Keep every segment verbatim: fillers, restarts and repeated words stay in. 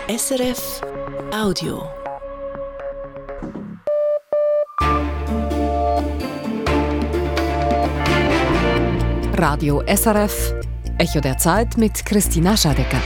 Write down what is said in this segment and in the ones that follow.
S R F Audio. Radio S R F, Echo der Zeit mit Christina Schadecker.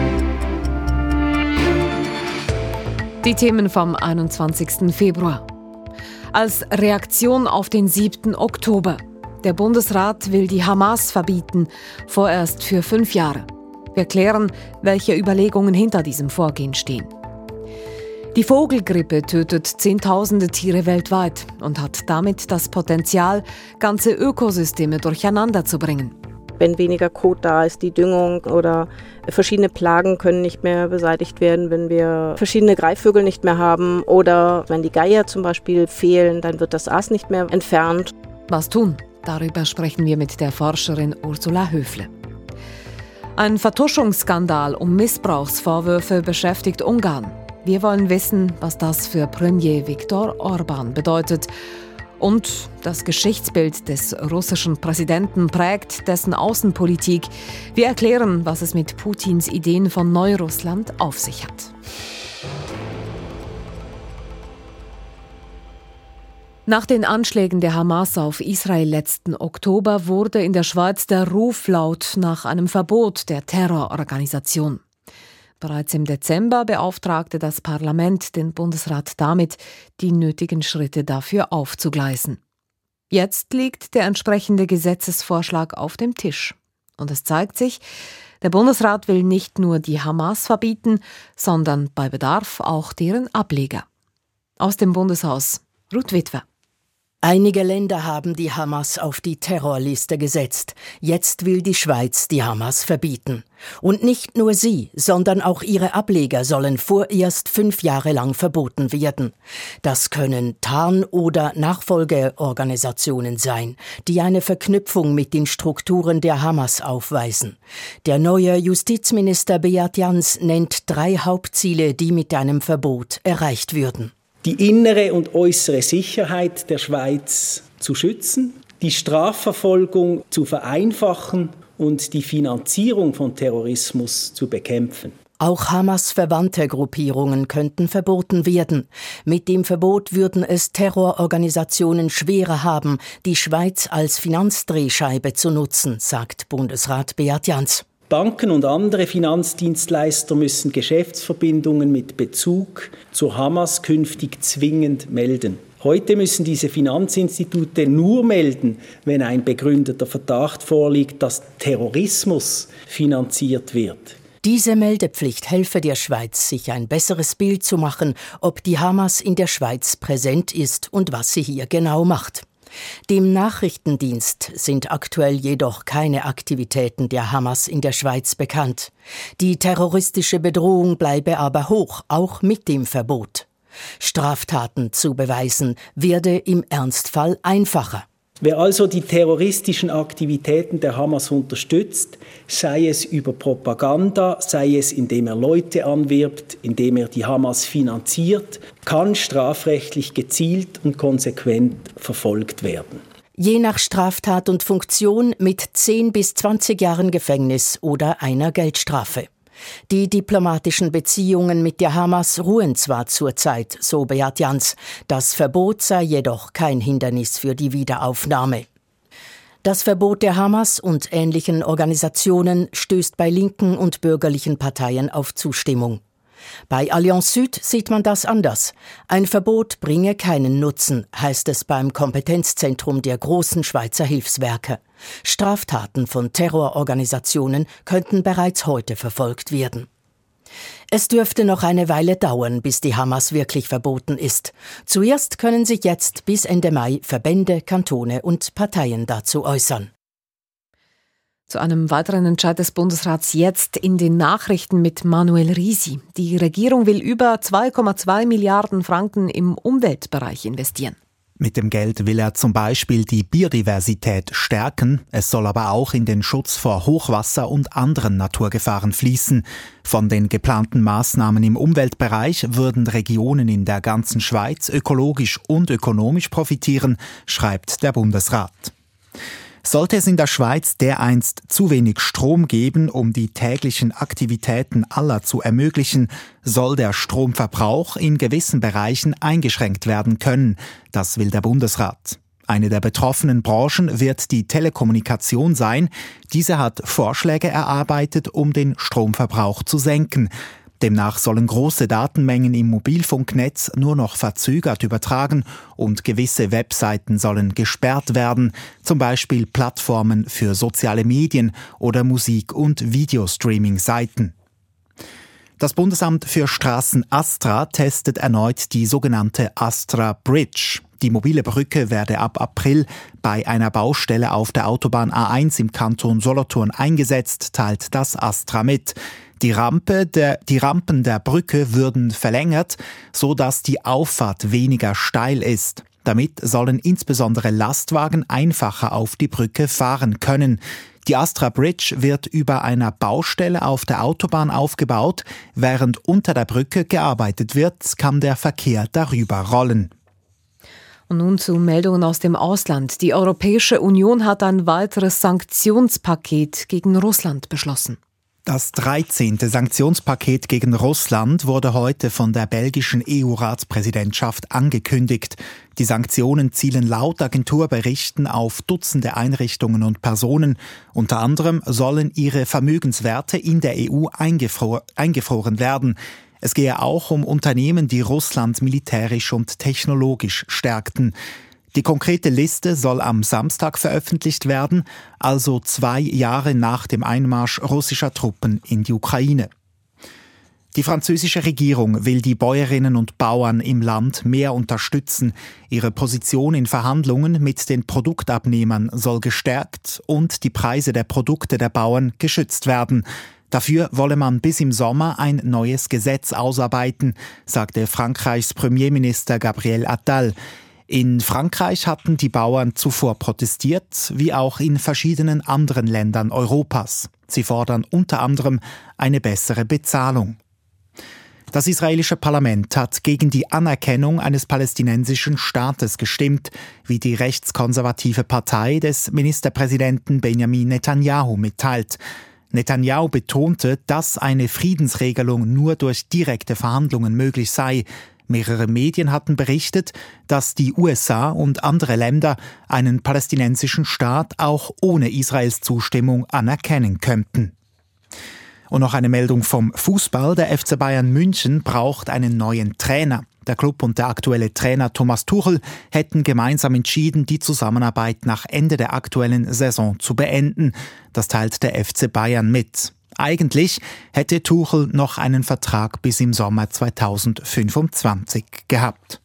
Die Themen vom einundzwanzigsten Februar. Als Reaktion auf den siebten Oktober. Der Bundesrat will die Hamas verbieten, vorerst für fünf Jahre. Wir klären, welche Überlegungen hinter diesem Vorgehen stehen. Die Vogelgrippe tötet Zehntausende Tiere weltweit und hat damit das Potenzial, ganze Ökosysteme durcheinander zu bringen. Wenn weniger Kot da ist, die Düngung oder verschiedene Plagen können nicht mehr beseitigt werden, wenn wir verschiedene Greifvögel nicht mehr haben oder wenn die Geier zum Beispiel fehlen, dann wird das Aas nicht mehr entfernt. Was tun? Darüber sprechen wir mit der Forscherin Ursula Höfle. Ein Vertuschungsskandal um Missbrauchsvorwürfe beschäftigt Ungarn. Wir wollen wissen, was das für Premier Viktor Orbán bedeutet. Und das Geschichtsbild des russischen Präsidenten prägt dessen Außenpolitik. Wir erklären, was es mit Putins Ideen von Neurussland auf sich hat. Nach den Anschlägen der Hamas auf Israel letzten Oktober wurde in der Schweiz der Ruf laut nach einem Verbot der Terrororganisation. Bereits im Dezember beauftragte das Parlament den Bundesrat damit, die nötigen Schritte dafür aufzugleisen. Jetzt liegt der entsprechende Gesetzesvorschlag auf dem Tisch. Und es zeigt sich, der Bundesrat will nicht nur die Hamas verbieten, sondern bei Bedarf auch deren Ableger. Aus dem Bundeshaus, Ruth Witwer. Einige Länder haben die Hamas auf die Terrorliste gesetzt. Jetzt will die Schweiz die Hamas verbieten. Und nicht nur sie, sondern auch ihre Ableger sollen vorerst fünf Jahre lang verboten werden. Das können Tarn- oder Nachfolgeorganisationen sein, die eine Verknüpfung mit den Strukturen der Hamas aufweisen. Der neue Justizminister Beat Jans nennt drei Hauptziele, die mit einem Verbot erreicht würden. Die innere und äußere Sicherheit der Schweiz zu schützen, die Strafverfolgung zu vereinfachen und die Finanzierung von Terrorismus zu bekämpfen. Auch Hamas-verwandte Gruppierungen könnten verboten werden. Mit dem Verbot würden es Terrororganisationen schwerer haben, die Schweiz als Finanzdrehscheibe zu nutzen, sagt Bundesrat Beat Jans. Banken und andere Finanzdienstleister müssen Geschäftsverbindungen mit Bezug zur Hamas künftig zwingend melden. Heute müssen diese Finanzinstitute nur melden, wenn ein begründeter Verdacht vorliegt, dass Terrorismus finanziert wird. Diese Meldepflicht helfe der Schweiz, sich ein besseres Bild zu machen, ob die Hamas in der Schweiz präsent ist und was sie hier genau macht. Dem Nachrichtendienst sind aktuell jedoch keine Aktivitäten der Hamas in der Schweiz bekannt. Die terroristische Bedrohung bleibe aber hoch, auch mit dem Verbot. Straftaten zu beweisen werde im Ernstfall einfacher. Wer also die terroristischen Aktivitäten der Hamas unterstützt, sei es über Propaganda, sei es indem er Leute anwirbt, indem er die Hamas finanziert, kann strafrechtlich gezielt und konsequent verfolgt werden. Je nach Straftat und Funktion mit zehn bis zwanzig Jahren Gefängnis oder einer Geldstrafe. Die diplomatischen Beziehungen mit der Hamas ruhen zwar zurzeit, so Beat Jans, das Verbot sei jedoch kein Hindernis für die Wiederaufnahme. Das Verbot der Hamas und ähnlichen Organisationen stößt bei linken und bürgerlichen Parteien auf Zustimmung. Bei Allianz Süd sieht man das anders. Ein Verbot bringe keinen Nutzen, heißt es beim Kompetenzzentrum der großen Schweizer Hilfswerke. Straftaten von Terrororganisationen könnten bereits heute verfolgt werden. Es dürfte noch eine Weile dauern, bis die Hamas wirklich verboten ist. Zuerst können sich jetzt bis Ende Mai Verbände, Kantone und Parteien dazu äußern. Zu einem weiteren Entscheid des Bundesrats jetzt in den Nachrichten mit Manuel Risi. Die Regierung will über zwei Komma zwei Milliarden Franken im Umweltbereich investieren. Mit dem Geld will er zum Beispiel die Biodiversität stärken. Es soll aber auch in den Schutz vor Hochwasser und anderen Naturgefahren fließen. Von den geplanten Maßnahmen im Umweltbereich würden Regionen in der ganzen Schweiz ökologisch und ökonomisch profitieren, schreibt der Bundesrat. Sollte es in der Schweiz dereinst zu wenig Strom geben, um die täglichen Aktivitäten aller zu ermöglichen, soll der Stromverbrauch in gewissen Bereichen eingeschränkt werden können. Das will der Bundesrat. Eine der betroffenen Branchen wird die Telekommunikation sein. Diese hat Vorschläge erarbeitet, um den Stromverbrauch zu senken. Demnach sollen große Datenmengen im Mobilfunknetz nur noch verzögert übertragen und gewisse Webseiten sollen gesperrt werden, zum Beispiel Plattformen für soziale Medien oder Musik- und Videostreaming-Seiten. Das Bundesamt für Straßen Astra testet erneut die sogenannte Astra Bridge. Die mobile Brücke werde ab April bei einer Baustelle auf der Autobahn A eins im Kanton Solothurn eingesetzt, teilt das Astra mit. Die Rampe der, die Rampen der Brücke würden verlängert, so dass die Auffahrt weniger steil ist. Damit sollen insbesondere Lastwagen einfacher auf die Brücke fahren können. Die Astra Bridge wird über einer Baustelle auf der Autobahn aufgebaut. Während unter der Brücke gearbeitet wird, kann der Verkehr darüber rollen. Und nun zu Meldungen aus dem Ausland. Die Europäische Union hat ein weiteres Sanktionspaket gegen Russland beschlossen. Das dreizehnte Sanktionspaket gegen Russland wurde heute von der belgischen E U-Ratspräsidentschaft angekündigt. Die Sanktionen zielen laut Agenturberichten auf Dutzende Einrichtungen und Personen. Unter anderem sollen ihre Vermögenswerte in der E U eingefro- eingefroren werden. Es gehe auch um Unternehmen, die Russland militärisch und technologisch stärkten. Die konkrete Liste soll am Samstag veröffentlicht werden, also zwei Jahre nach dem Einmarsch russischer Truppen in die Ukraine. Die französische Regierung will die Bäuerinnen und Bauern im Land mehr unterstützen. Ihre Position in Verhandlungen mit den Produktabnehmern soll gestärkt und die Preise der Produkte der Bauern geschützt werden. Dafür wolle man bis im Sommer ein neues Gesetz ausarbeiten, sagte Frankreichs Premierminister Gabriel Attal. In Frankreich hatten die Bauern zuvor protestiert, wie auch in verschiedenen anderen Ländern Europas. Sie fordern unter anderem eine bessere Bezahlung. Das israelische Parlament hat gegen die Anerkennung eines palästinensischen Staates gestimmt, wie die rechtskonservative Partei des Ministerpräsidenten Benjamin Netanyahu mitteilt. Netanyahu betonte, dass eine Friedensregelung nur durch direkte Verhandlungen möglich sei. Mehrere Medien hatten berichtet, dass die U S A und andere Länder einen palästinensischen Staat auch ohne Israels Zustimmung anerkennen könnten. Und noch eine Meldung vom Fußball. Der F C Bayern München braucht einen neuen Trainer. Der Club und der aktuelle Trainer Thomas Tuchel hätten gemeinsam entschieden, die Zusammenarbeit nach Ende der aktuellen Saison zu beenden. Das teilt der F C Bayern mit. Eigentlich hätte Tuchel noch einen Vertrag bis im Sommer zweitausendfünfundzwanzig gehabt.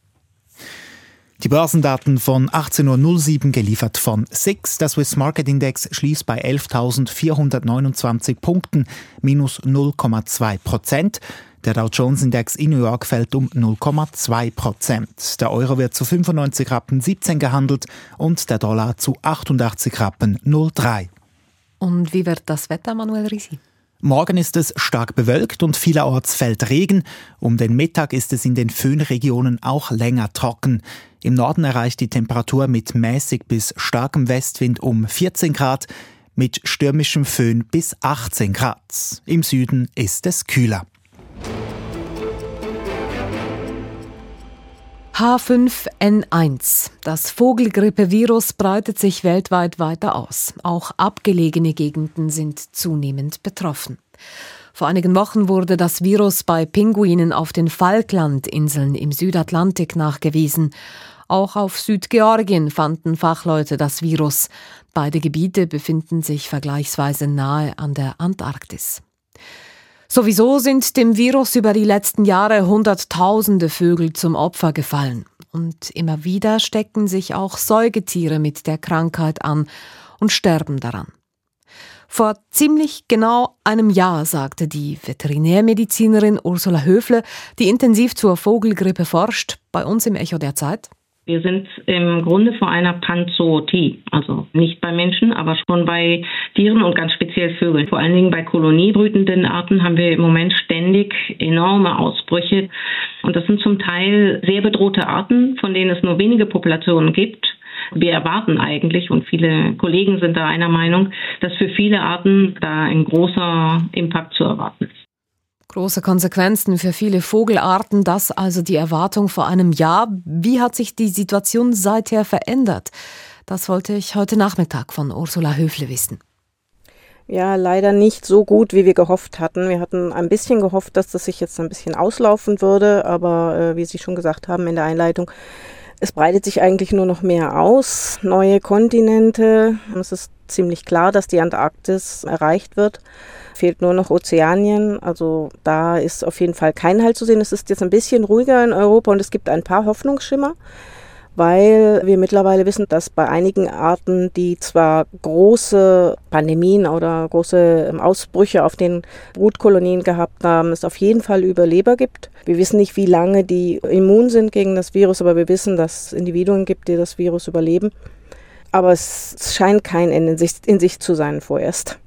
Die Börsendaten von achtzehn Uhr null sieben geliefert von S I X. Der Swiss Market Index schließt bei elftausendvierhundertneunundzwanzig Punkten, minus null Komma zwei Prozent. Der Dow Jones Index in New York fällt um null Komma zwei Prozent. Der Euro wird zu fünfundneunzig Rappen siebzehn gehandelt und der Dollar zu achtundachtzig Rappen null Komma drei. Und wie wird das Wetter, Manuel Risi? Morgen ist es stark bewölkt und vielerorts fällt Regen. Um den Mittag ist es in den Föhnregionen auch länger trocken. Im Norden erreicht die Temperatur mit mäßig bis starkem Westwind um vierzehn Grad, mit stürmischem Föhn bis achtzehn Grad. Im Süden ist es kühler. H fünf N eins. Das Vogelgrippevirus breitet sich weltweit weiter aus. Auch abgelegene Gegenden sind zunehmend betroffen. Vor einigen Wochen wurde das Virus bei Pinguinen auf den Falklandinseln im Südatlantik nachgewiesen. Auch auf Südgeorgien fanden Fachleute das Virus. Beide Gebiete befinden sich vergleichsweise nahe an der Antarktis. Sowieso sind dem Virus über die letzten Jahre Hunderttausende Vögel zum Opfer gefallen. Und immer wieder stecken sich auch Säugetiere mit der Krankheit an und sterben daran. Vor ziemlich genau einem Jahr sagte die Veterinärmedizinerin Ursula Höfle, die intensiv zur Vogelgrippe forscht, bei uns im Echo der Zeit: Wir sind im Grunde vor einer Panzootie, also nicht bei Menschen, aber schon bei Tieren und ganz speziell Vögeln. Vor allen Dingen bei koloniebrütenden Arten haben wir im Moment ständig enorme Ausbrüche. Und das sind zum Teil sehr bedrohte Arten, von denen es nur wenige Populationen gibt. Wir erwarten eigentlich, und viele Kollegen sind da einer Meinung, dass für viele Arten da ein großer Impact zu erwarten ist. Große Konsequenzen für viele Vogelarten, das also die Erwartung vor einem Jahr. Wie hat sich die Situation seither verändert? Das wollte ich heute Nachmittag von Ursula Höfle wissen. Ja, leider nicht so gut, wie wir gehofft hatten. Wir hatten ein bisschen gehofft, dass das sich jetzt ein bisschen auslaufen würde, aber äh, wie Sie schon gesagt haben in der Einleitung, es breitet sich eigentlich nur noch mehr aus. Neue Kontinente. Es ist ziemlich klar, dass die Antarktis erreicht wird. Fehlt nur noch Ozeanien. Also da ist auf jeden Fall kein Halt zu sehen. Es ist jetzt ein bisschen ruhiger in Europa und es gibt ein paar Hoffnungsschimmer, weil wir mittlerweile wissen, dass bei einigen Arten, die zwar große Pandemien oder große Ausbrüche auf den Brutkolonien gehabt haben, es auf jeden Fall Überleber gibt. Wir wissen nicht, wie lange die immun sind gegen das Virus, aber wir wissen, dass es Individuen gibt, die das Virus überleben. Aber es scheint kein Ende in sich, in sich zu sein vorerst.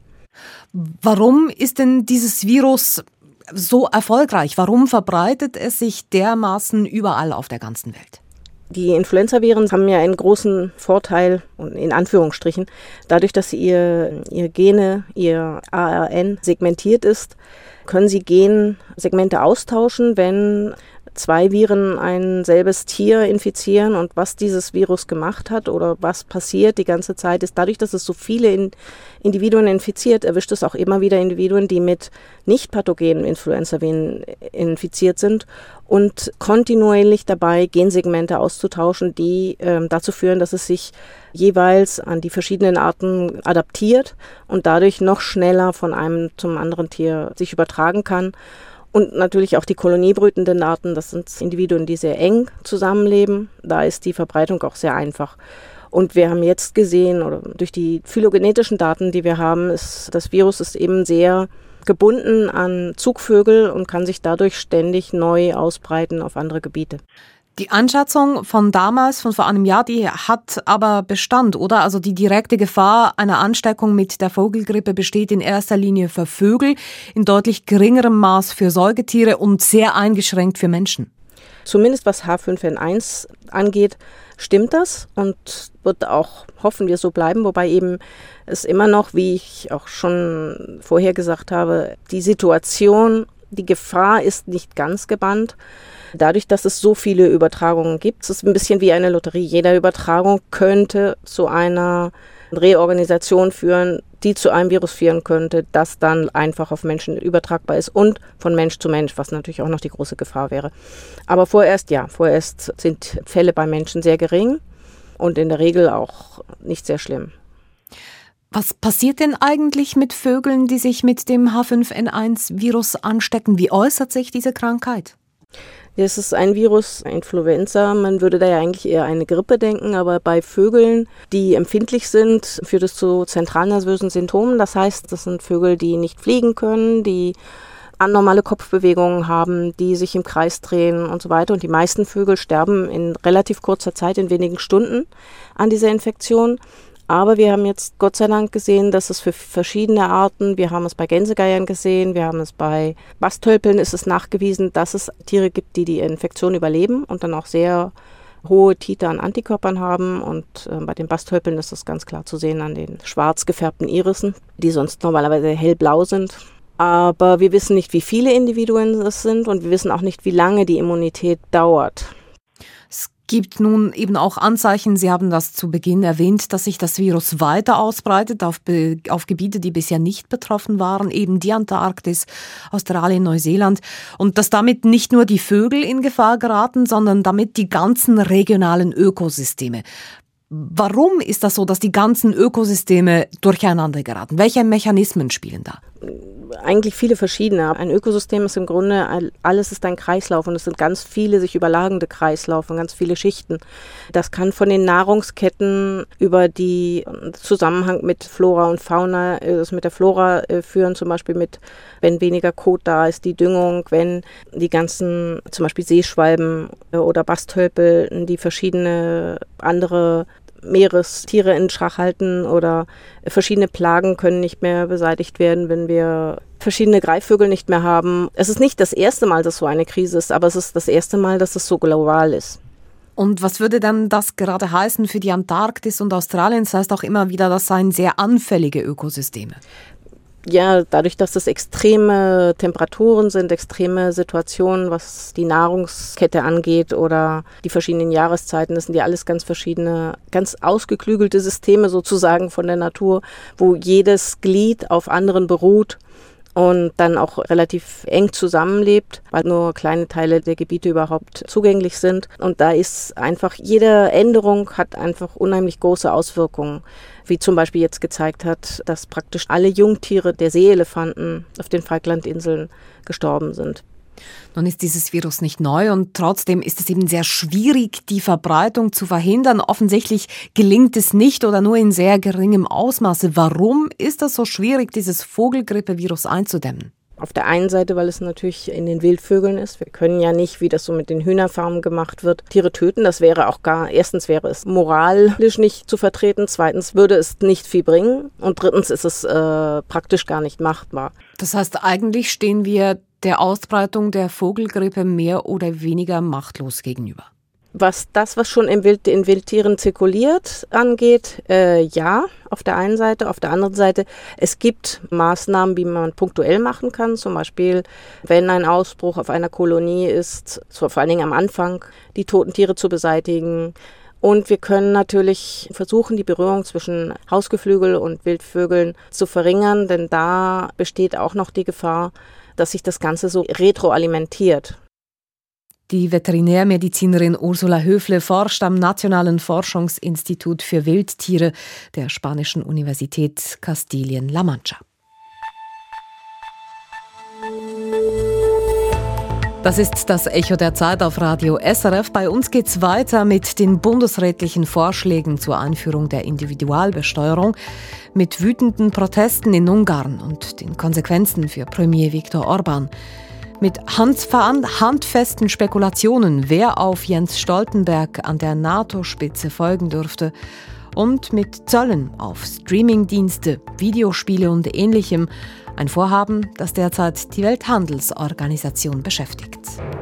Warum ist denn dieses Virus so erfolgreich? Warum verbreitet es sich dermaßen überall auf der ganzen Welt? Die Influenzaviren haben ja einen großen Vorteil, in Anführungsstrichen, dadurch, dass ihr, ihr Gene, ihr A R N segmentiert ist, können sie Gensegmente austauschen, wenn zwei Viren ein selbes Tier infizieren. Und was dieses Virus gemacht hat oder was passiert die ganze Zeit ist, dadurch, dass es so viele Individuen infiziert, erwischt es auch immer wieder Individuen, die mit nicht pathogenen Influenzaviren infiziert sind und kontinuierlich dabei Gensegmente auszutauschen, die äh, dazu führen, dass es sich jeweils an die verschiedenen Arten adaptiert und dadurch noch schneller von einem zum anderen Tier sich übertragen kann. Und natürlich auch die koloniebrütenden Arten, das sind Individuen, die sehr eng zusammenleben. Da ist die Verbreitung auch sehr einfach. Und wir haben jetzt gesehen, oder durch die phylogenetischen Daten, die wir haben, ist das Virus ist eben sehr gebunden an Zugvögel und kann sich dadurch ständig neu ausbreiten auf andere Gebiete. Die Einschätzung von damals, von vor einem Jahr, die hat aber Bestand, oder? Also die direkte Gefahr einer Ansteckung mit der Vogelgrippe besteht in erster Linie für Vögel, in deutlich geringerem Maß für Säugetiere und sehr eingeschränkt für Menschen. Zumindest was H fünf N eins angeht, stimmt das und wird auch, hoffen wir, so bleiben. Wobei eben es immer noch, wie ich auch schon vorher gesagt habe, die Situation, die Gefahr ist nicht ganz gebannt. Dadurch, dass es so viele Übertragungen gibt, es ist ein bisschen wie eine Lotterie. Jede Übertragung könnte zu einer Reorganisation führen, die zu einem Virus führen könnte, das dann einfach auf Menschen übertragbar ist und von Mensch zu Mensch, was natürlich auch noch die große Gefahr wäre. Aber vorerst ja, vorerst sind Fälle bei Menschen sehr gering und in der Regel auch nicht sehr schlimm. Was passiert denn eigentlich mit Vögeln, die sich mit dem H fünf N eins Virus anstecken? Wie äußert sich diese Krankheit? Es ist ein Virus, Influenza. Man würde da ja eigentlich eher eine Grippe denken, aber bei Vögeln, die empfindlich sind, führt es zu zentralnervösen Symptomen. Das heißt, das sind Vögel, die nicht fliegen können, die anormale Kopfbewegungen haben, die sich im Kreis drehen und so weiter. Und die meisten Vögel sterben in relativ kurzer Zeit, in wenigen Stunden, an dieser Infektion. Aber wir haben jetzt Gott sei Dank gesehen, dass es für verschiedene Arten, wir haben es bei Gänsegeiern gesehen, wir haben es bei Basttölpeln, ist es nachgewiesen, dass es Tiere gibt, die die Infektion überleben und dann auch sehr hohe Titer an Antikörpern haben. Und äh, bei den Basttölpeln ist das ganz klar zu sehen an den schwarz gefärbten Irissen, die sonst normalerweise hellblau sind. Aber wir wissen nicht, wie viele Individuen es sind und wir wissen auch nicht, wie lange die Immunität dauert. Es gibt nun eben auch Anzeichen, Sie haben das zu Beginn erwähnt, dass sich das Virus weiter ausbreitet auf, Be- auf Gebiete, die bisher nicht betroffen waren, eben die Antarktis, Australien, Neuseeland. Und dass damit nicht nur die Vögel in Gefahr geraten, sondern damit die ganzen regionalen Ökosysteme. Warum ist das so, dass die ganzen Ökosysteme durcheinander geraten? Welche Mechanismen spielen da? Eigentlich viele verschiedene. Ein Ökosystem ist im Grunde, alles ist ein Kreislauf und es sind ganz viele sich überlagende Kreislaufe, ganz viele Schichten. Das kann von den Nahrungsketten über die Zusammenhang mit Flora und Fauna, das mit der Flora führen, zum Beispiel mit, wenn weniger Kot da ist, die Düngung, wenn die ganzen, zum Beispiel Seeschwalben oder Basttölpel, die verschiedene andere Meerestiere in Schach halten oder verschiedene Plagen können nicht mehr beseitigt werden, wenn wir verschiedene Greifvögel nicht mehr haben. Es ist nicht das erste Mal, dass so eine Krise ist, aber es ist das erste Mal, dass es so global ist. Und was würde dann das gerade heißen für die Antarktis und Australien? Das heißt auch immer wieder, das seien sehr anfällige Ökosysteme. Ja, dadurch, dass es extreme Temperaturen sind, extreme Situationen, was die Nahrungskette angeht oder die verschiedenen Jahreszeiten, das sind ja alles ganz verschiedene, ganz ausgeklügelte Systeme sozusagen von der Natur, wo jedes Glied auf anderen beruht und dann auch relativ eng zusammenlebt, weil nur kleine Teile der Gebiete überhaupt zugänglich sind. Und da ist einfach, jede Änderung hat einfach unheimlich große Auswirkungen, wie zum Beispiel jetzt gezeigt hat, dass praktisch alle Jungtiere der Seeelefanten auf den Falklandinseln gestorben sind. Nun ist dieses Virus nicht neu und trotzdem ist es eben sehr schwierig, die Verbreitung zu verhindern. Offensichtlich gelingt es nicht oder nur in sehr geringem Ausmaße. Warum ist es so schwierig, dieses Vogelgrippevirus einzudämmen? Auf der einen Seite, weil es natürlich in den Wildvögeln ist. Wir können ja nicht, wie das so mit den Hühnerfarmen gemacht wird, Tiere töten. Das wäre auch gar, erstens wäre es moralisch nicht zu vertreten, zweitens würde es nicht viel bringen und drittens ist es äh, praktisch gar nicht machbar. Das heißt, eigentlich stehen wir der Ausbreitung der Vogelgrippe mehr oder weniger machtlos gegenüber. Was das, was schon im Wild, in Wildtieren zirkuliert, angeht, äh, ja, auf der einen Seite. Auf der anderen Seite, es gibt Maßnahmen, wie man punktuell machen kann. Zum Beispiel, wenn ein Ausbruch auf einer Kolonie ist, vor allen Dingen am Anfang, die toten Tiere zu beseitigen. Und wir können natürlich versuchen, die Berührung zwischen Hausgeflügel und Wildvögeln zu verringern, denn da besteht auch noch die Gefahr, dass sich das Ganze so retroalimentiert. Die Veterinärmedizinerin Ursula Höfle forscht am Nationalen Forschungsinstitut für Wildtiere der spanischen Universität Kastilien-La Mancha. Das ist das Echo der Zeit auf Radio S R F. Bei uns geht's weiter mit den bundesrätlichen Vorschlägen zur Einführung der Individualbesteuerung, mit wütenden Protesten in Ungarn und den Konsequenzen für Premier Viktor Orbán. Mit handfesten Spekulationen, wer auf Jens Stoltenberg an der NATO-Spitze folgen dürfte. Und mit Zöllen auf Streamingdienste, Videospiele und Ähnlichem. Ein Vorhaben, das derzeit die Welthandelsorganisation beschäftigt.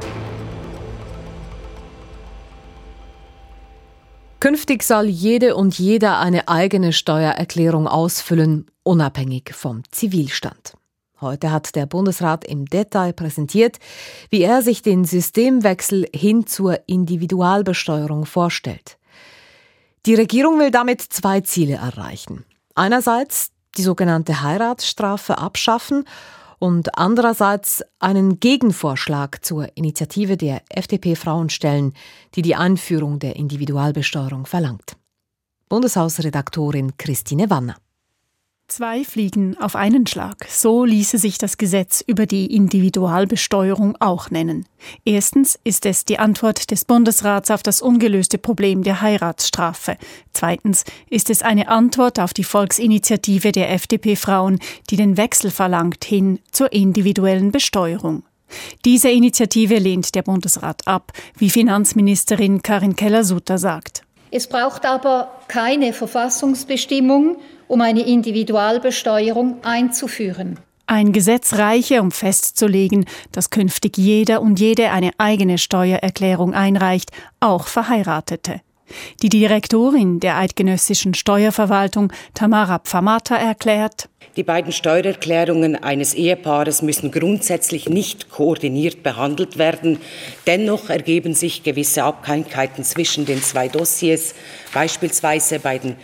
Künftig soll jede und jeder eine eigene Steuererklärung ausfüllen, unabhängig vom Zivilstand. Heute hat der Bundesrat im Detail präsentiert, wie er sich den Systemwechsel hin zur Individualbesteuerung vorstellt. Die Regierung will damit zwei Ziele erreichen. Einerseits die sogenannte Heiratsstrafe abschaffen und andererseits einen Gegenvorschlag zur Initiative der F D P-Frauen stellen, die die Einführung der Individualbesteuerung verlangt. Bundeshausredaktorin Christine Wanner. Zwei Fliegen auf einen Schlag. So ließe sich das Gesetz über die Individualbesteuerung auch nennen. Erstens ist es die Antwort des Bundesrats auf das ungelöste Problem der Heiratsstrafe. Zweitens ist es eine Antwort auf die Volksinitiative der F D P-Frauen, die den Wechsel verlangt hin zur individuellen Besteuerung. Diese Initiative lehnt der Bundesrat ab, wie Finanzministerin Karin Keller-Sutter sagt. Es braucht aber keine Verfassungsbestimmung, um eine Individualbesteuerung einzuführen. Ein Gesetz reiche, um festzulegen, dass künftig jeder und jede eine eigene Steuererklärung einreicht, auch Verheiratete. Die Direktorin der Eidgenössischen Steuerverwaltung, Tamara Pfamata, erklärt: Die beiden Steuererklärungen eines Ehepaares müssen grundsätzlich nicht koordiniert behandelt werden. Dennoch ergeben sich gewisse Abhängigkeiten zwischen den zwei Dossiers, beispielsweise bei den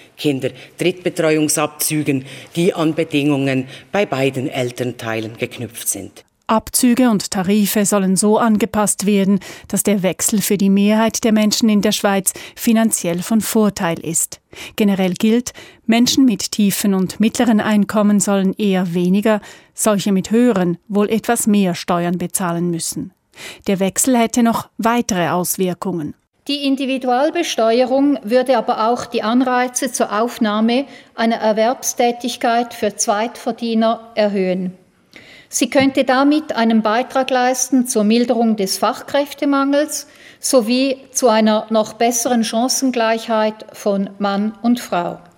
Kinder-Drittbetreuungsabzügen, die an Bedingungen bei beiden Elternteilen geknüpft sind. Abzüge und Tarife sollen so angepasst werden, dass der Wechsel für die Mehrheit der Menschen in der Schweiz finanziell von Vorteil ist. Generell gilt, Menschen mit tiefen und mittleren Einkommen sollen eher weniger, solche mit höheren wohl etwas mehr Steuern bezahlen müssen. Der Wechsel hätte noch weitere Auswirkungen. Die Individualbesteuerung würde aber auch die Anreize zur Aufnahme einer Erwerbstätigkeit für Zweitverdiener erhöhen. Sie könnte damit einen Beitrag leisten zur Milderung des Fachkräftemangels sowie zu einer noch besseren Chancengleichheit von Mann und Frau.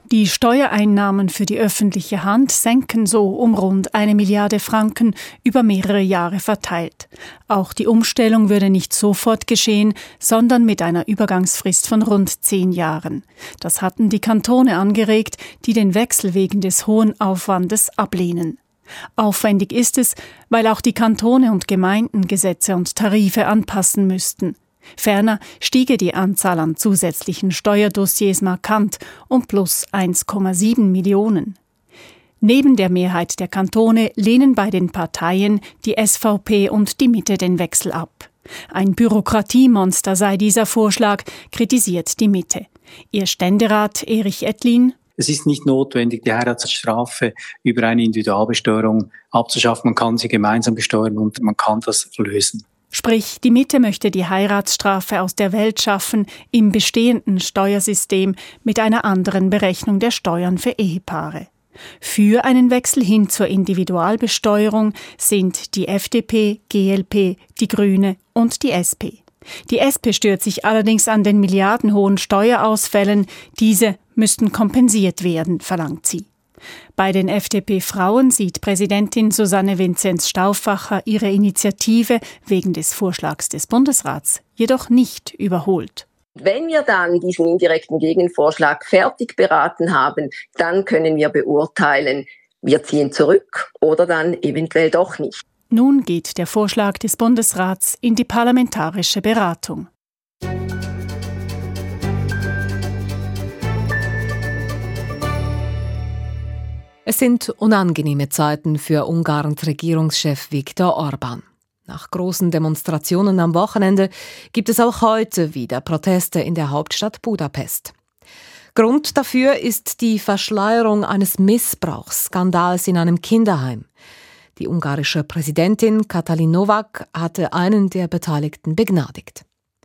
Die Steuereinnahmen für die öffentliche Hand senken so um rund eine Milliarde Franken über mehrere Jahre verteilt. Auch die Umstellung würde nicht sofort geschehen, sondern mit einer Übergangsfrist von rund zehn Jahren. Das hatten die Kantone angeregt, die den Wechsel wegen des hohen Aufwandes ablehnen. Aufwendig ist es, weil auch die Kantone und Gemeinden Gesetze und Tarife anpassen müssten. Ferner stiege die Anzahl an zusätzlichen Steuerdossiers markant um plus eins Komma sieben Millionen. Neben der Mehrheit der Kantone lehnen bei den Parteien die S V P und die Mitte den Wechsel ab. Ein Bürokratiemonster sei dieser Vorschlag, kritisiert die Mitte. Ihr Ständerat Erich Ettlin: Es ist nicht notwendig, die Heiratsstrafe über eine Individualbesteuerung abzuschaffen. Man kann sie gemeinsam besteuern und man kann das lösen. Sprich, die Mitte möchte die Heiratsstrafe aus der Welt schaffen im bestehenden Steuersystem mit einer anderen Berechnung der Steuern für Ehepaare. Für einen Wechsel hin zur Individualbesteuerung sind die F D P, G L P, die Grüne und die S P. Die S P stört sich allerdings an den milliardenhohen Steuerausfällen. Diese müssten kompensiert werden, verlangt sie. Bei den F D P-Frauen sieht Präsidentin Susanne Vinzenz-Stauffacher ihre Initiative wegen des Vorschlags des Bundesrats jedoch nicht überholt. Wenn wir dann diesen indirekten Gegenvorschlag fertig beraten haben, dann können wir beurteilen, wir ziehen zurück oder dann eventuell doch nicht. Nun geht der Vorschlag des Bundesrats in die parlamentarische Beratung. Es sind unangenehme Zeiten für Ungarns Regierungschef Viktor Orbán. Nach großen Demonstrationen am Wochenende gibt es auch heute wieder Proteste in der Hauptstadt Budapest. Grund dafür ist die Verschleierung eines Missbrauchsskandals in einem Kinderheim. Die ungarische Präsidentin Katalin Novák hatte einen der Beteiligten begnadigt.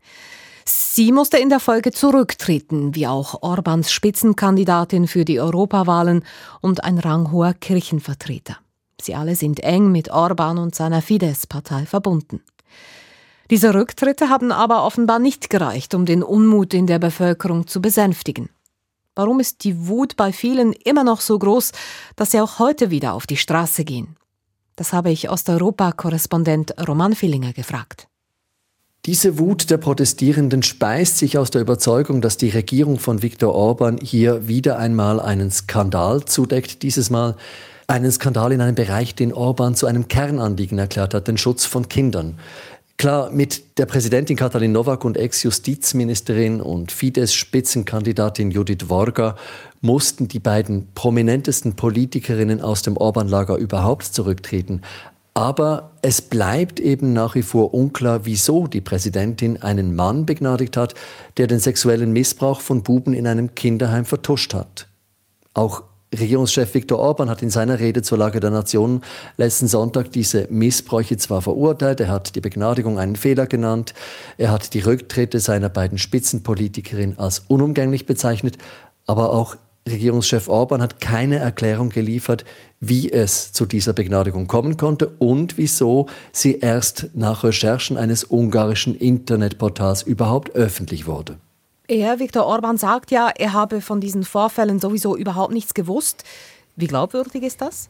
Sie musste in der Folge zurücktreten, wie auch Orbáns Spitzenkandidatin für die Europawahlen und ein ranghoher Kirchenvertreter. Sie alle sind eng mit Orbán und seiner Fidesz-Partei verbunden. Diese Rücktritte haben aber offenbar nicht gereicht, um den Unmut in der Bevölkerung zu besänftigen. Warum ist die Wut bei vielen immer noch so groß, dass sie auch heute wieder auf die Straße gehen? Das habe ich Osteuropa-Korrespondent Roman Villinger gefragt. Diese Wut der Protestierenden speist sich aus der Überzeugung, dass die Regierung von Viktor Orbán hier wieder einmal einen Skandal zudeckt. Dieses Mal einen Skandal in einem Bereich, den Orbán zu einem Kernanliegen erklärt hat, den Schutz von Kindern. Klar, mit der Präsidentin Katalin Novák und Ex-Justizministerin und Fidesz-Spitzenkandidatin Judith Varga mussten die beiden prominentesten Politikerinnen aus dem Orbán-Lager überhaupt zurücktreten. Aber es bleibt eben nach wie vor unklar, wieso die Präsidentin einen Mann begnadigt hat, der den sexuellen Missbrauch von Buben in einem Kinderheim vertuscht hat. Auch Regierungschef Viktor Orbán hat in seiner Rede zur Lage der Nation letzten Sonntag diese Missbräuche zwar verurteilt, er hat die Begnadigung einen Fehler genannt, er hat die Rücktritte seiner beiden Spitzenpolitikerinnen als unumgänglich bezeichnet, aber auch Regierungschef Orbán hat keine Erklärung geliefert, wie es zu dieser Begnadigung kommen konnte und wieso sie erst nach Recherchen eines ungarischen Internetportals überhaupt öffentlich wurde. Er, Viktor Orbán, sagt ja, er habe von diesen Vorfällen sowieso überhaupt nichts gewusst. Wie glaubwürdig ist das?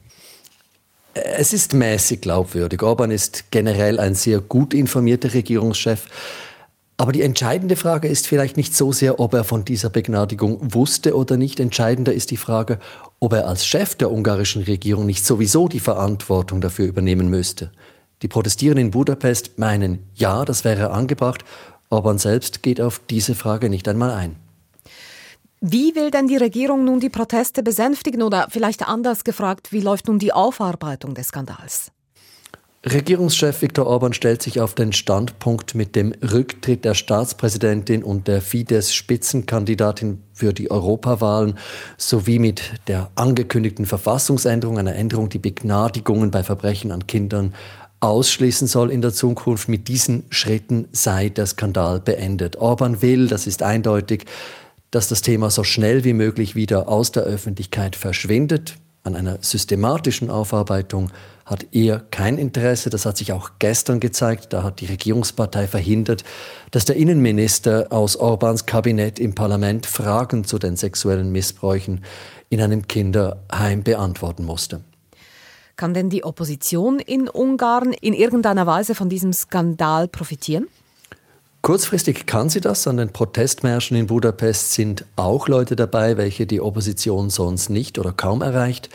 Es ist mäßig glaubwürdig. Orbán ist generell ein sehr gut informierter Regierungschef. Aber die entscheidende Frage ist vielleicht nicht so sehr, ob er von dieser Begnadigung wusste oder nicht. Entscheidender ist die Frage, ob er als Chef der ungarischen Regierung nicht sowieso die Verantwortung dafür übernehmen müsste. Die Protestierenden in Budapest meinen, ja, das wäre angebracht. Orbán selbst geht auf diese Frage nicht einmal ein. Wie will denn die Regierung nun die Proteste besänftigen? Oder vielleicht anders gefragt, wie läuft nun die Aufarbeitung des Skandals? Regierungschef Viktor Orbán stellt sich auf den Standpunkt mit dem Rücktritt der Staatspräsidentin und der Fidesz-Spitzenkandidatin für die Europawahlen sowie mit der angekündigten Verfassungsänderung, einer Änderung, die Begnadigungen bei Verbrechen an Kindern ausschließen soll in der Zukunft. Mit diesen Schritten sei der Skandal beendet. Orbán will, das ist eindeutig, dass das Thema so schnell wie möglich wieder aus der Öffentlichkeit verschwindet. An einer systematischen Aufarbeitung hat eher kein Interesse. Das hat sich auch gestern gezeigt. Da hat die Regierungspartei verhindert, dass der Innenminister aus Orbáns Kabinett im Parlament Fragen zu den sexuellen Missbräuchen in einem Kinderheim beantworten musste. Kann denn die Opposition in Ungarn in irgendeiner Weise von diesem Skandal profitieren? Kurzfristig kann sie das. An den Protestmärschen in Budapest sind auch Leute dabei, welche die Opposition sonst nicht oder kaum erreicht.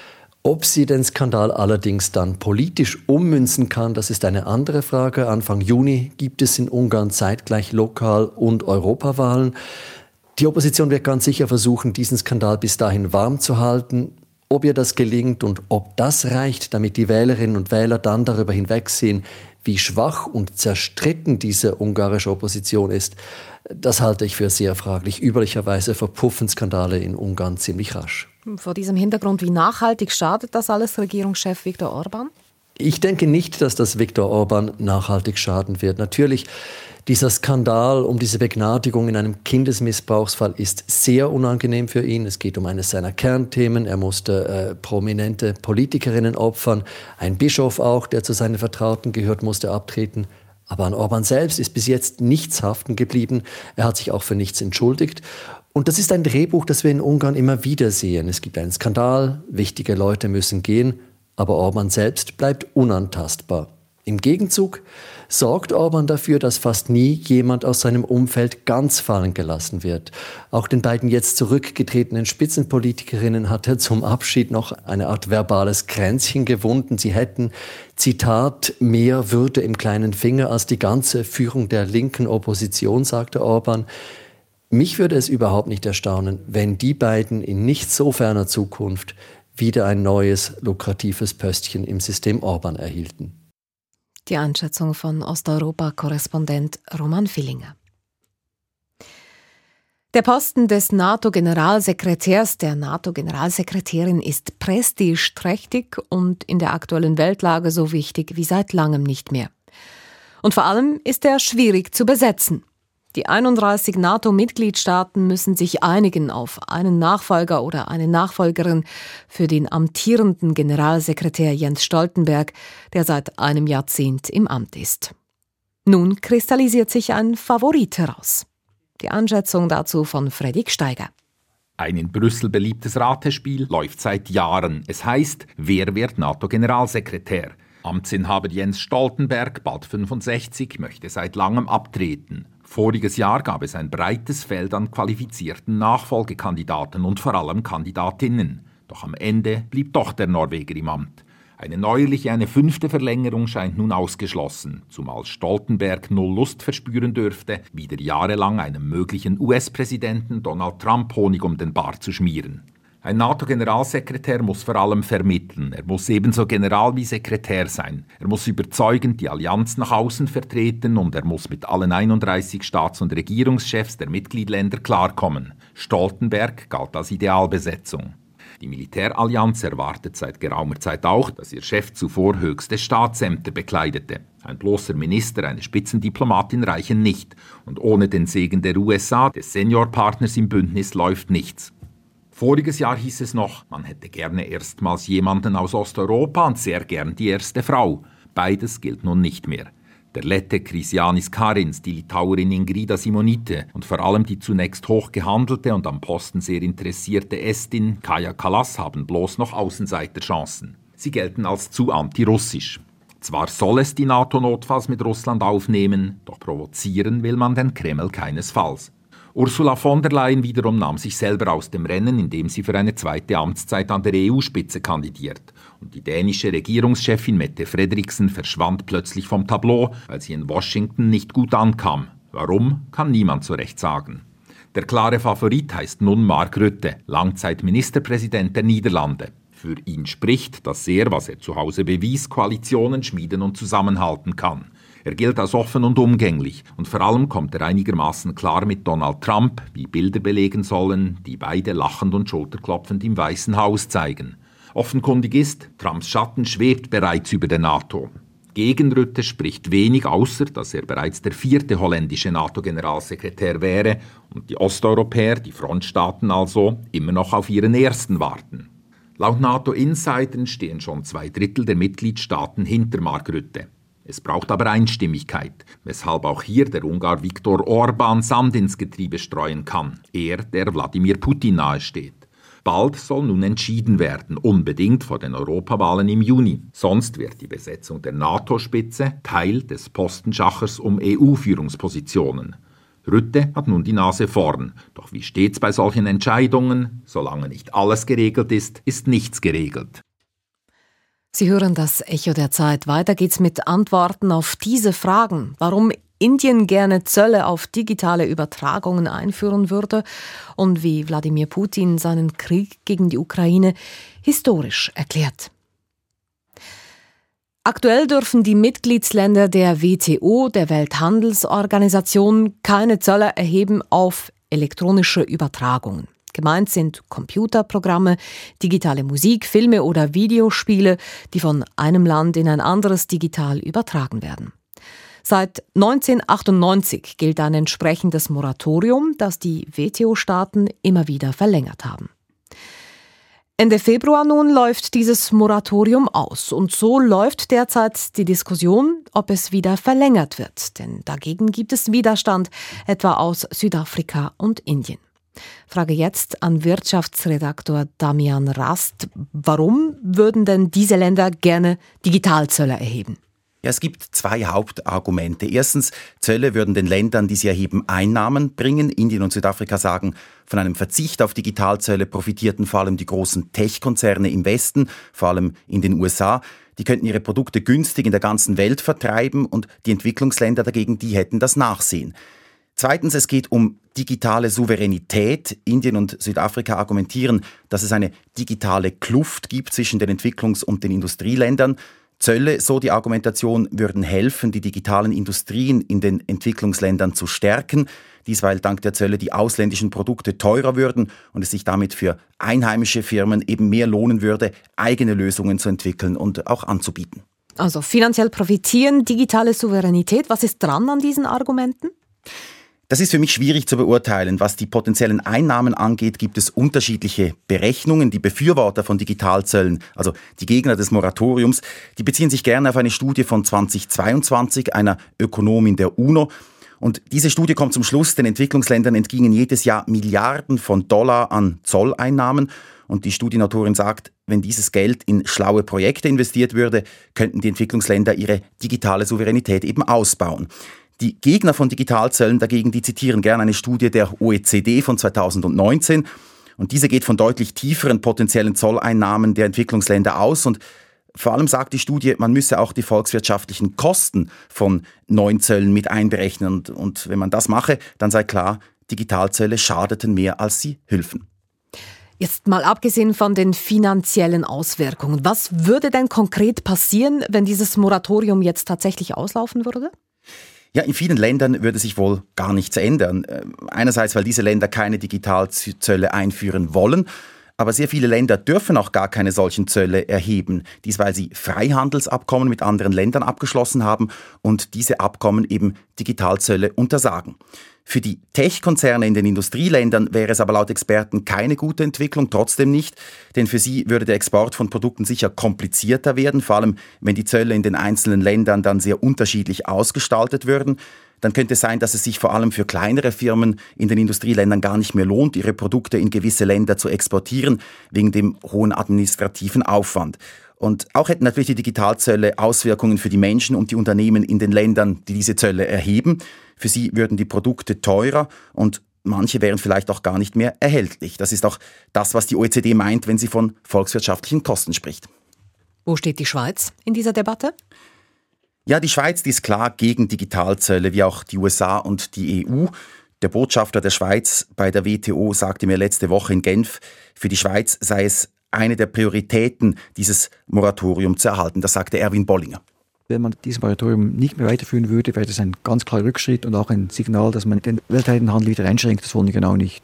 Ob sie den Skandal allerdings dann politisch ummünzen kann, das ist eine andere Frage. Anfang Juni gibt es in Ungarn zeitgleich Lokal- und Europawahlen. Die Opposition wird ganz sicher versuchen, diesen Skandal bis dahin warm zu halten. Ob ihr das gelingt und ob das reicht, damit die Wählerinnen und Wähler dann darüber hinwegsehen, wie schwach und zerstritten diese ungarische Opposition ist, das halte ich für sehr fraglich. Üblicherweise verpuffen Skandale in Ungarn ziemlich rasch. Vor diesem Hintergrund, wie nachhaltig schadet das alles Regierungschef Viktor Orbán? Ich denke nicht, dass das Viktor Orbán nachhaltig schaden wird. Natürlich, dieser Skandal um diese Begnadigung in einem Kindesmissbrauchsfall ist sehr unangenehm für ihn. Es geht um eines seiner Kernthemen. Er musste äh, prominente Politikerinnen opfern. Ein Bischof auch, der zu seinen Vertrauten gehört, musste abtreten. Aber an Orbán selbst ist bis jetzt nichts haften geblieben. Er hat sich auch für nichts entschuldigt. Und das ist ein Drehbuch, das wir in Ungarn immer wieder sehen. Es gibt einen Skandal, wichtige Leute müssen gehen, aber Orbán selbst bleibt unantastbar. Im Gegenzug sorgt Orbán dafür, dass fast nie jemand aus seinem Umfeld ganz fallen gelassen wird. Auch den beiden jetzt zurückgetretenen Spitzenpolitikerinnen hat er zum Abschied noch eine Art verbales Kränzchen gewunden. Sie hätten, Zitat, mehr Würde im kleinen Finger als die ganze Führung der linken Opposition, sagte Orbán. Mich würde es überhaupt nicht erstaunen, wenn die beiden in nicht so ferner Zukunft wieder ein neues, lukratives Pöstchen im System Orbán erhielten. Die Einschätzung von Osteuropa-Korrespondent Roman Villinger. Der Posten des NATO-Generalsekretärs, der NATO-Generalsekretärin ist prestigeträchtig und in der aktuellen Weltlage so wichtig wie seit langem nicht mehr. Und vor allem ist er schwierig zu besetzen. Die einunddreißig NATO-Mitgliedstaaten müssen sich einigen auf einen Nachfolger oder eine Nachfolgerin für den amtierenden Generalsekretär Jens Stoltenberg, der seit einem Jahrzehnt im Amt ist. Nun kristallisiert sich ein Favorit heraus. Die Einschätzung dazu von Freddy Steiger. Ein in Brüssel beliebtes Ratespiel läuft seit Jahren. Es heißt, wer wird NATO-Generalsekretär? Amtsinhaber Jens Stoltenberg, bald fünfundsechzig, möchte seit langem abtreten. Voriges Jahr gab es ein breites Feld an qualifizierten Nachfolgekandidaten und vor allem Kandidatinnen. Doch am Ende blieb doch der Norweger im Amt. Eine neuerliche, eine fünfte Verlängerung scheint nun ausgeschlossen, zumal Stoltenberg null Lust verspüren dürfte, wieder jahrelang einem möglichen U S-Präsidenten Donald Trump Honig um den Bart zu schmieren. Ein NATO-Generalsekretär muss vor allem vermitteln. Er muss ebenso General wie Sekretär sein. Er muss überzeugend die Allianz nach außen vertreten und er muss mit allen einunddreißig Staats- und Regierungschefs der Mitgliedsländer klarkommen. Stoltenberg galt als Idealbesetzung. Die Militärallianz erwartet seit geraumer Zeit auch, dass ihr Chef zuvor höchste Staatsämter bekleidete. Ein bloßer Minister, eine Spitzendiplomatin reichen nicht. Und ohne den Segen der U S A, des Seniorpartners im Bündnis, läuft nichts. Voriges Jahr hieß es noch, man hätte gerne erstmals jemanden aus Osteuropa und sehr gern die erste Frau. Beides gilt nun nicht mehr. Der Lette Kristianis Karins, die Litauerin Ingrida Simonite und vor allem die zunächst hoch gehandelte und am Posten sehr interessierte Estin Kaja Kallas haben bloß noch Außenseiterchancen. Sie gelten als zu antirussisch. Zwar soll es die NATO notfalls mit Russland aufnehmen, doch provozieren will man den Kreml keinesfalls. Ursula von der Leyen wiederum nahm sich selber aus dem Rennen, indem sie für eine zweite Amtszeit an der E U-Spitze kandidiert. Und die dänische Regierungschefin Mette Frederiksen verschwand plötzlich vom Tableau, weil sie in Washington nicht gut ankam. Warum, kann niemand so recht sagen. Der klare Favorit heißt nun Mark Rutte, Langzeitministerpräsident der Niederlande. Für ihn spricht, dass er, was er zu Hause bewies, Koalitionen schmieden und zusammenhalten kann. Er gilt als offen und umgänglich und vor allem kommt er einigermaßen klar mit Donald Trump, wie Bilder belegen sollen, die beide lachend und schulterklopfend im Weißen Haus zeigen. Offenkundig ist, Trumps Schatten schwebt bereits über der NATO. Gegen Rutte spricht wenig, außer dass er bereits der vierte holländische NATO-Generalsekretär wäre und die Osteuropäer, die Frontstaaten also, immer noch auf ihren ersten warten. Laut NATO-Insidern stehen schon zwei Drittel der Mitgliedstaaten hinter Mark Rutte. Es braucht aber Einstimmigkeit, weshalb auch hier der Ungar Viktor Orbán Sand ins Getriebe streuen kann. Er, der Wladimir Putin nahesteht. Bald soll nun entschieden werden, unbedingt vor den Europawahlen im Juni. Sonst wird die Besetzung der NATO-Spitze Teil des Postenschachers um E U-Führungspositionen. Rutte hat nun die Nase vorn. Doch wie stets bei solchen Entscheidungen, solange nicht alles geregelt ist, ist nichts geregelt. Sie hören das Echo der Zeit. Weiter geht's mit Antworten auf diese Fragen. Warum Indien gerne Zölle auf digitale Übertragungen einführen würde und wie Wladimir Putin seinen Krieg gegen die Ukraine historisch erklärt. Aktuell dürfen die Mitgliedsländer der W T O, der Welthandelsorganisation, keine Zölle erheben auf elektronische Übertragungen. Gemeint sind Computerprogramme, digitale Musik, Filme oder Videospiele, die von einem Land in ein anderes digital übertragen werden. Seit neunzehnhundertachtundneunzig gilt ein entsprechendes Moratorium, das die W T O-Staaten immer wieder verlängert haben. Ende Februar nun läuft dieses Moratorium aus und so läuft derzeit die Diskussion, ob es wieder verlängert wird, denn dagegen gibt es Widerstand, etwa aus Südafrika und Indien. Frage jetzt an Wirtschaftsredaktor Damian Rast. Warum würden denn diese Länder gerne Digitalzölle erheben? Ja, es gibt zwei Hauptargumente. Erstens, Zölle würden den Ländern, die sie erheben, Einnahmen bringen. Indien und Südafrika sagen, von einem Verzicht auf Digitalzölle profitierten vor allem die großen Tech-Konzerne im Westen, vor allem in den U S A. Die könnten ihre Produkte günstig in der ganzen Welt vertreiben und die Entwicklungsländer dagegen, die hätten das Nachsehen. Zweitens, es geht um digitale Souveränität. Indien und Südafrika argumentieren, dass es eine digitale Kluft gibt zwischen den Entwicklungs- und den Industrieländern. Zölle, so die Argumentation, würden helfen, die digitalen Industrien in den Entwicklungsländern zu stärken. Dies, weil dank der Zölle die ausländischen Produkte teurer würden und es sich damit für einheimische Firmen eben mehr lohnen würde, eigene Lösungen zu entwickeln und auch anzubieten. Also finanziell profitieren, digitale Souveränität. Was ist dran an diesen Argumenten? Das ist für mich schwierig zu beurteilen. Was die potenziellen Einnahmen angeht, gibt es unterschiedliche Berechnungen. Die Befürworter von Digitalzöllen, also die Gegner des Moratoriums, die beziehen sich gerne auf eine Studie von zweitausendzweiundzwanzig einer Ökonomin der UNO. Und diese Studie kommt zum Schluss, den Entwicklungsländern entgingen jedes Jahr Milliarden von Dollar an Zolleinnahmen. Und die Studienautorin sagt, wenn dieses Geld in schlaue Projekte investiert würde, könnten die Entwicklungsländer ihre digitale Souveränität eben ausbauen. Die Gegner von Digitalzöllen dagegen, die zitieren gerne eine Studie der O E C D von zweitausendneunzehn. Und diese geht von deutlich tieferen potenziellen Zolleinnahmen der Entwicklungsländer aus. Und vor allem sagt die Studie, man müsse auch die volkswirtschaftlichen Kosten von neuen Zöllen mit einberechnen. Und, und wenn man das mache, dann sei klar, Digitalzölle schadeten mehr, als sie hülfen. Jetzt mal abgesehen von den finanziellen Auswirkungen. Was würde denn konkret passieren, wenn dieses Moratorium jetzt tatsächlich auslaufen würde? Ja, in vielen Ländern würde sich wohl gar nichts ändern. Einerseits, weil diese Länder keine Digitalzölle einführen wollen, aber sehr viele Länder dürfen auch gar keine solchen Zölle erheben. Dies, weil sie Freihandelsabkommen mit anderen Ländern abgeschlossen haben und diese Abkommen eben Digitalzölle untersagen. Für die Tech-Konzerne in den Industrieländern wäre es aber laut Experten keine gute Entwicklung, trotzdem nicht, denn für sie würde der Export von Produkten sicher komplizierter werden, vor allem wenn die Zölle in den einzelnen Ländern dann sehr unterschiedlich ausgestaltet würden. Dann könnte es sein, dass es sich vor allem für kleinere Firmen in den Industrieländern gar nicht mehr lohnt, ihre Produkte in gewisse Länder zu exportieren, wegen dem hohen administrativen Aufwand. Und auch hätten natürlich die Digitalzölle Auswirkungen für die Menschen und die Unternehmen in den Ländern, die diese Zölle erheben. Für sie würden die Produkte teurer und manche wären vielleicht auch gar nicht mehr erhältlich. Das ist auch das, was die O E C D meint, wenn sie von volkswirtschaftlichen Kosten spricht. Wo steht die Schweiz in dieser Debatte? Ja, die Schweiz, die ist klar gegen Digitalzölle, wie auch die U S A und die E U. Der Botschafter der Schweiz bei der W T O sagte mir letzte Woche in Genf, für die Schweiz sei es eine der Prioritäten, dieses Moratorium zu erhalten. Das sagte Erwin Bollinger. Wenn man dieses Moratorium nicht mehr weiterführen würde, wäre das ein ganz klarer Rückschritt und auch ein Signal, dass man den weltweiten Handel wieder einschränkt. Das wollen wir genau nicht.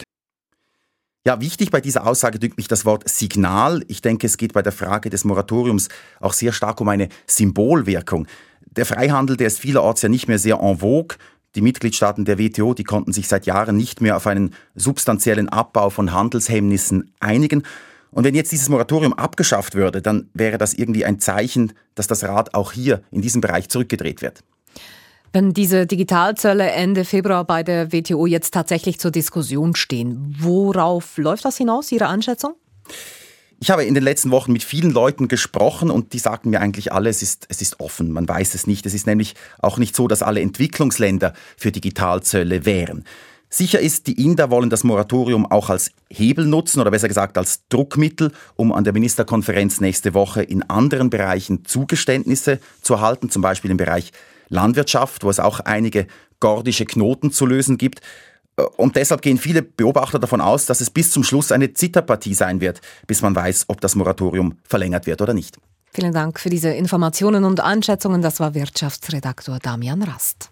Ja, wichtig bei dieser Aussage dünkt mich das Wort Signal. Ich denke, es geht bei der Frage des Moratoriums auch sehr stark um eine Symbolwirkung. Der Freihandel, der ist vielerorts ja nicht mehr sehr en vogue. Die Mitgliedstaaten der W T O, die konnten sich seit Jahren nicht mehr auf einen substanziellen Abbau von Handelshemmnissen einigen. Und wenn jetzt dieses Moratorium abgeschafft würde, dann wäre das irgendwie ein Zeichen, dass das Rad auch hier in diesem Bereich zurückgedreht wird. Wenn diese Digitalzölle Ende Februar bei der W T O jetzt tatsächlich zur Diskussion stehen, worauf läuft das hinaus, Ihre Einschätzung? Ich habe in den letzten Wochen mit vielen Leuten gesprochen und die sagten mir eigentlich alle, es ist, es ist offen, man weiß es nicht. Es ist nämlich auch nicht so, dass alle Entwicklungsländer für Digitalzölle wären. Sicher ist, die Inder wollen das Moratorium auch als Hebel nutzen oder besser gesagt als Druckmittel, um an der Ministerkonferenz nächste Woche in anderen Bereichen Zugeständnisse zu erhalten, zum Beispiel im Bereich Landwirtschaft, wo es auch einige gordische Knoten zu lösen gibt. Und deshalb gehen viele Beobachter davon aus, dass es bis zum Schluss eine Zitterpartie sein wird, bis man weiß, ob das Moratorium verlängert wird oder nicht. Vielen Dank für diese Informationen und Einschätzungen. Das war Wirtschaftsredaktor Damian Rast.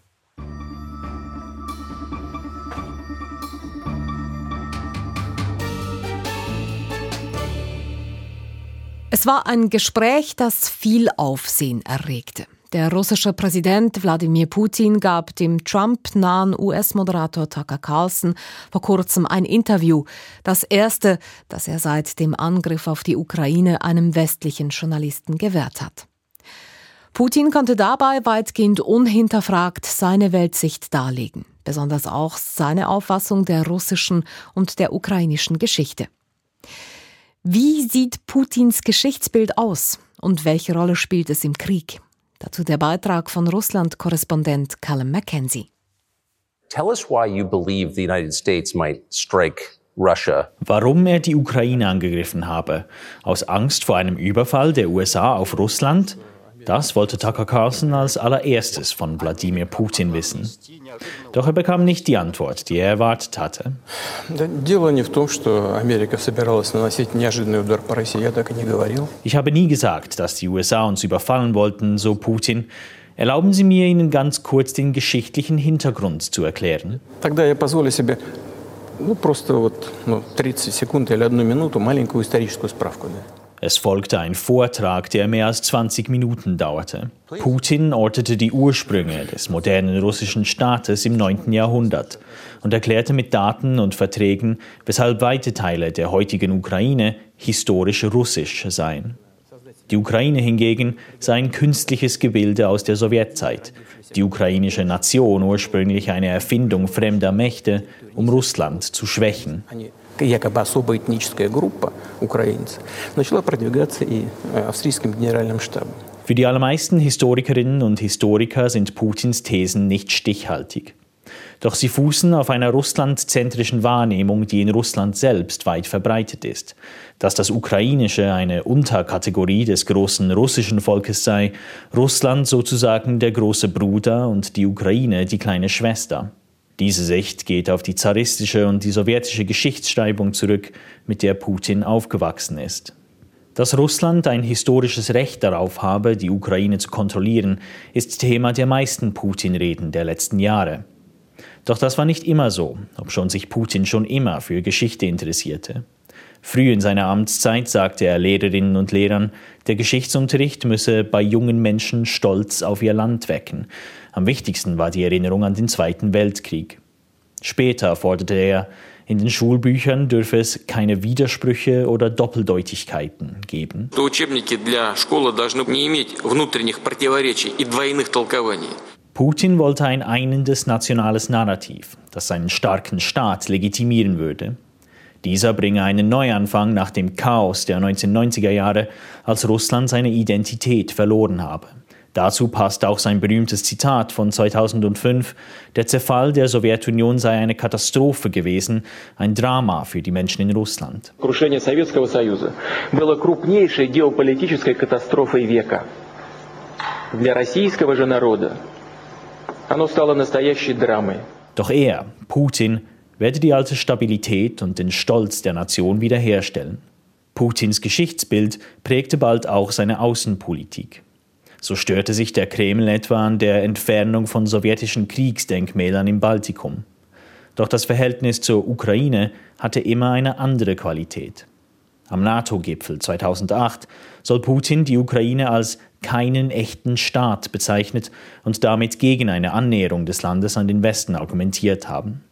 Es war ein Gespräch, das viel Aufsehen erregte. Der russische Präsident Wladimir Putin gab dem Trump-nahen U S-Moderator Tucker Carlson vor kurzem ein Interview. Das erste, das er seit dem Angriff auf die Ukraine einem westlichen Journalisten gewährt hat. Putin konnte dabei weitgehend unhinterfragt seine Weltsicht darlegen. Besonders auch seine Auffassung der russischen und der ukrainischen Geschichte. Wie sieht Putins Geschichtsbild aus und welche Rolle spielt es im Krieg? Dazu der Beitrag von Russland-Korrespondent Callum Mackenzie. Tell us why you believe the United States might strike Russia. Warum er die Ukraine angegriffen habe? Aus Angst vor einem Überfall der U S A auf Russland? Das wollte Tucker Carlson als allererstes von Wladimir Putin wissen. Doch er bekam nicht die Antwort, die er erwartet hatte. Ich habe nie gesagt, dass die U S A uns überfallen wollten, so Putin. Erlauben Sie mir, Ihnen ganz kurz den geschichtlichen Hintergrund zu erklären. Es folgte ein Vortrag, der mehr als zwanzig Minuten dauerte. Putin ortete die Ursprünge des modernen russischen Staates im neunten Jahrhundert und erklärte mit Daten und Verträgen, weshalb weite Teile der heutigen Ukraine historisch russisch seien. Die Ukraine hingegen sei ein künstliches Gebilde aus der Sowjetzeit, die ukrainische Nation ursprünglich eine Erfindung fremder Mächte, um Russland zu schwächen. якобы особая этническая группа украинцев, начала продвигаться и австрийским генеральным штабом. Für die allermeisten Historikerinnen und Historiker sind Putins Thesen nicht stichhaltig. Doch sie fußen auf einer russlandzentrischen Wahrnehmung, die in Russland selbst weit verbreitet ist. Dass das Ukrainische eine Unterkategorie des großen russischen Volkes sei, Russland sozusagen der große Bruder und die Ukraine die kleine Schwester. Diese Sicht geht auf die zaristische und die sowjetische Geschichtsschreibung zurück, mit der Putin aufgewachsen ist. Dass Russland ein historisches Recht darauf habe, die Ukraine zu kontrollieren, ist Thema der meisten Putin-Reden der letzten Jahre. Doch das war nicht immer so, obschon sich Putin schon immer für Geschichte interessierte. Früh in seiner Amtszeit sagte er Lehrerinnen und Lehrern, der Geschichtsunterricht müsse bei jungen Menschen Stolz auf ihr Land wecken. Am wichtigsten war die Erinnerung an den Zweiten Weltkrieg. Später forderte er, in den Schulbüchern dürfe es keine Widersprüche oder Doppeldeutigkeiten geben. Putin wollte ein einendes nationales Narrativ, das seinen starken Staat legitimieren würde. Dieser bringe einen Neuanfang nach dem Chaos der neunzehnhundertneunziger Jahre, als Russland seine Identität verloren habe. Dazu passt auch sein berühmtes Zitat von zweitausendfünf, der Zerfall der Sowjetunion sei eine Katastrophe gewesen, ein Drama für die Menschen in Russland. Крушение Советского Союза было крупнейшей геополитической катастрофой века. Для российского же народа оно стало настоящей драмой. Doch er, Putin, werde die alte Stabilität und den Stolz der Nation wiederherstellen. Putins Geschichtsbild prägte bald auch seine Außenpolitik. So störte sich der Kreml etwa an der Entfernung von sowjetischen Kriegsdenkmälern im Baltikum. Doch das Verhältnis zur Ukraine hatte immer eine andere Qualität. Am NATO-Gipfel zweitausendacht soll Putin die Ukraine als keinen echten Staat bezeichnet und damit gegen eine Annäherung des Landes an den Westen argumentiert haben.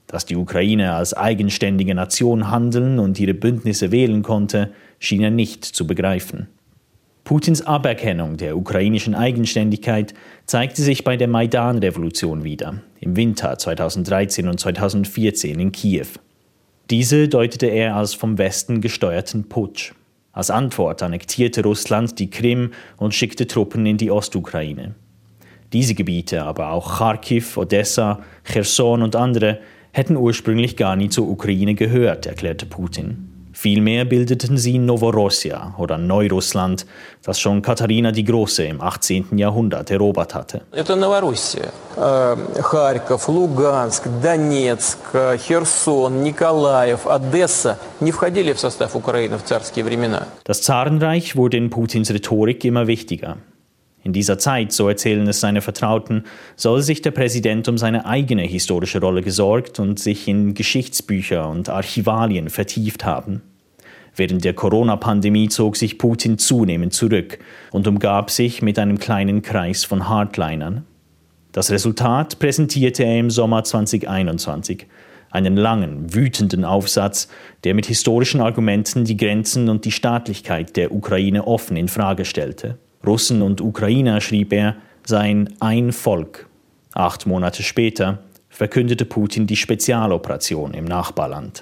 Dass die Ukraine als eigenständige Nation handeln und ihre Bündnisse wählen konnte, schien er nicht zu begreifen. Putins Aberkennung der ukrainischen Eigenständigkeit zeigte sich bei der Maidan-Revolution wieder, im Winter zweitausenddreizehn und zweitausendvierzehn in Kiew. Diese deutete er als vom Westen gesteuerten Putsch. Als Antwort annektierte Russland die Krim und schickte Truppen in die Ostukraine. Diese Gebiete, aber auch Kharkiv, Odessa, Cherson und andere, hätten ursprünglich gar nie zur Ukraine gehört, erklärte Putin. Vielmehr bildeten sie Novorossia oder Neurussland, das schon Katharina die Große im achtzehnten Jahrhundert erobert hatte. Это Новороссия. Харьков, Луганск, Донецк, Херсон, Николаев, Одесса не входили в состав Украины в царские времена. Das Zarenreich wurde in Putins Rhetorik immer wichtiger. In dieser Zeit, so erzählen es seine Vertrauten, soll sich der Präsident um seine eigene historische Rolle gesorgt und sich in Geschichtsbücher und Archivalien vertieft haben. Während der Corona-Pandemie zog sich Putin zunehmend zurück und umgab sich mit einem kleinen Kreis von Hardlinern. Das Resultat präsentierte er im Sommer zweitausendeinundzwanzig. Einen langen, wütenden Aufsatz, der mit historischen Argumenten die Grenzen und die Staatlichkeit der Ukraine offen in Frage stellte. Russen und Ukrainer, schrieb er, seien ein Volk. Acht Monate später verkündete Putin die Spezialoperation im Nachbarland.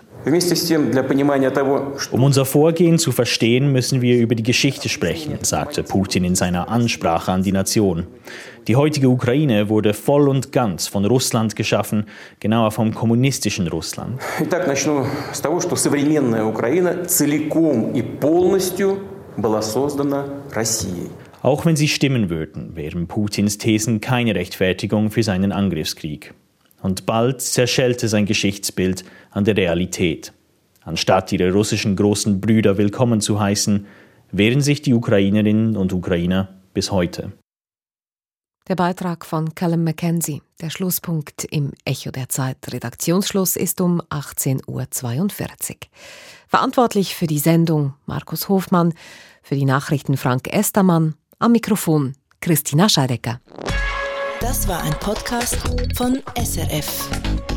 Um unser Vorgehen zu verstehen, müssen wir über die Geschichte sprechen, sagte Putin in seiner Ansprache an die Nation. Die heutige Ukraine wurde voll und ganz von Russland geschaffen, genauer vom kommunistischen Russland. Итак, начну с того, что современная Украина целиком и полностью была создана Россией. Auch wenn sie stimmen würden, wären Putins Thesen keine Rechtfertigung für seinen Angriffskrieg. Und bald zerschellte sein Geschichtsbild an der Realität. Anstatt ihre russischen großen Brüder willkommen zu heißen, wehren sich die Ukrainerinnen und Ukrainer bis heute. Der Beitrag von Callum Mackenzie, der Schlusspunkt im Echo der Zeit. Redaktionsschluss ist um achtzehn Uhr zweiundvierzig. Verantwortlich für die Sendung Markus Hofmann, für die Nachrichten Frank Estermann, am Mikrofon Christina Scheidecker. Das war ein Podcast von S R F.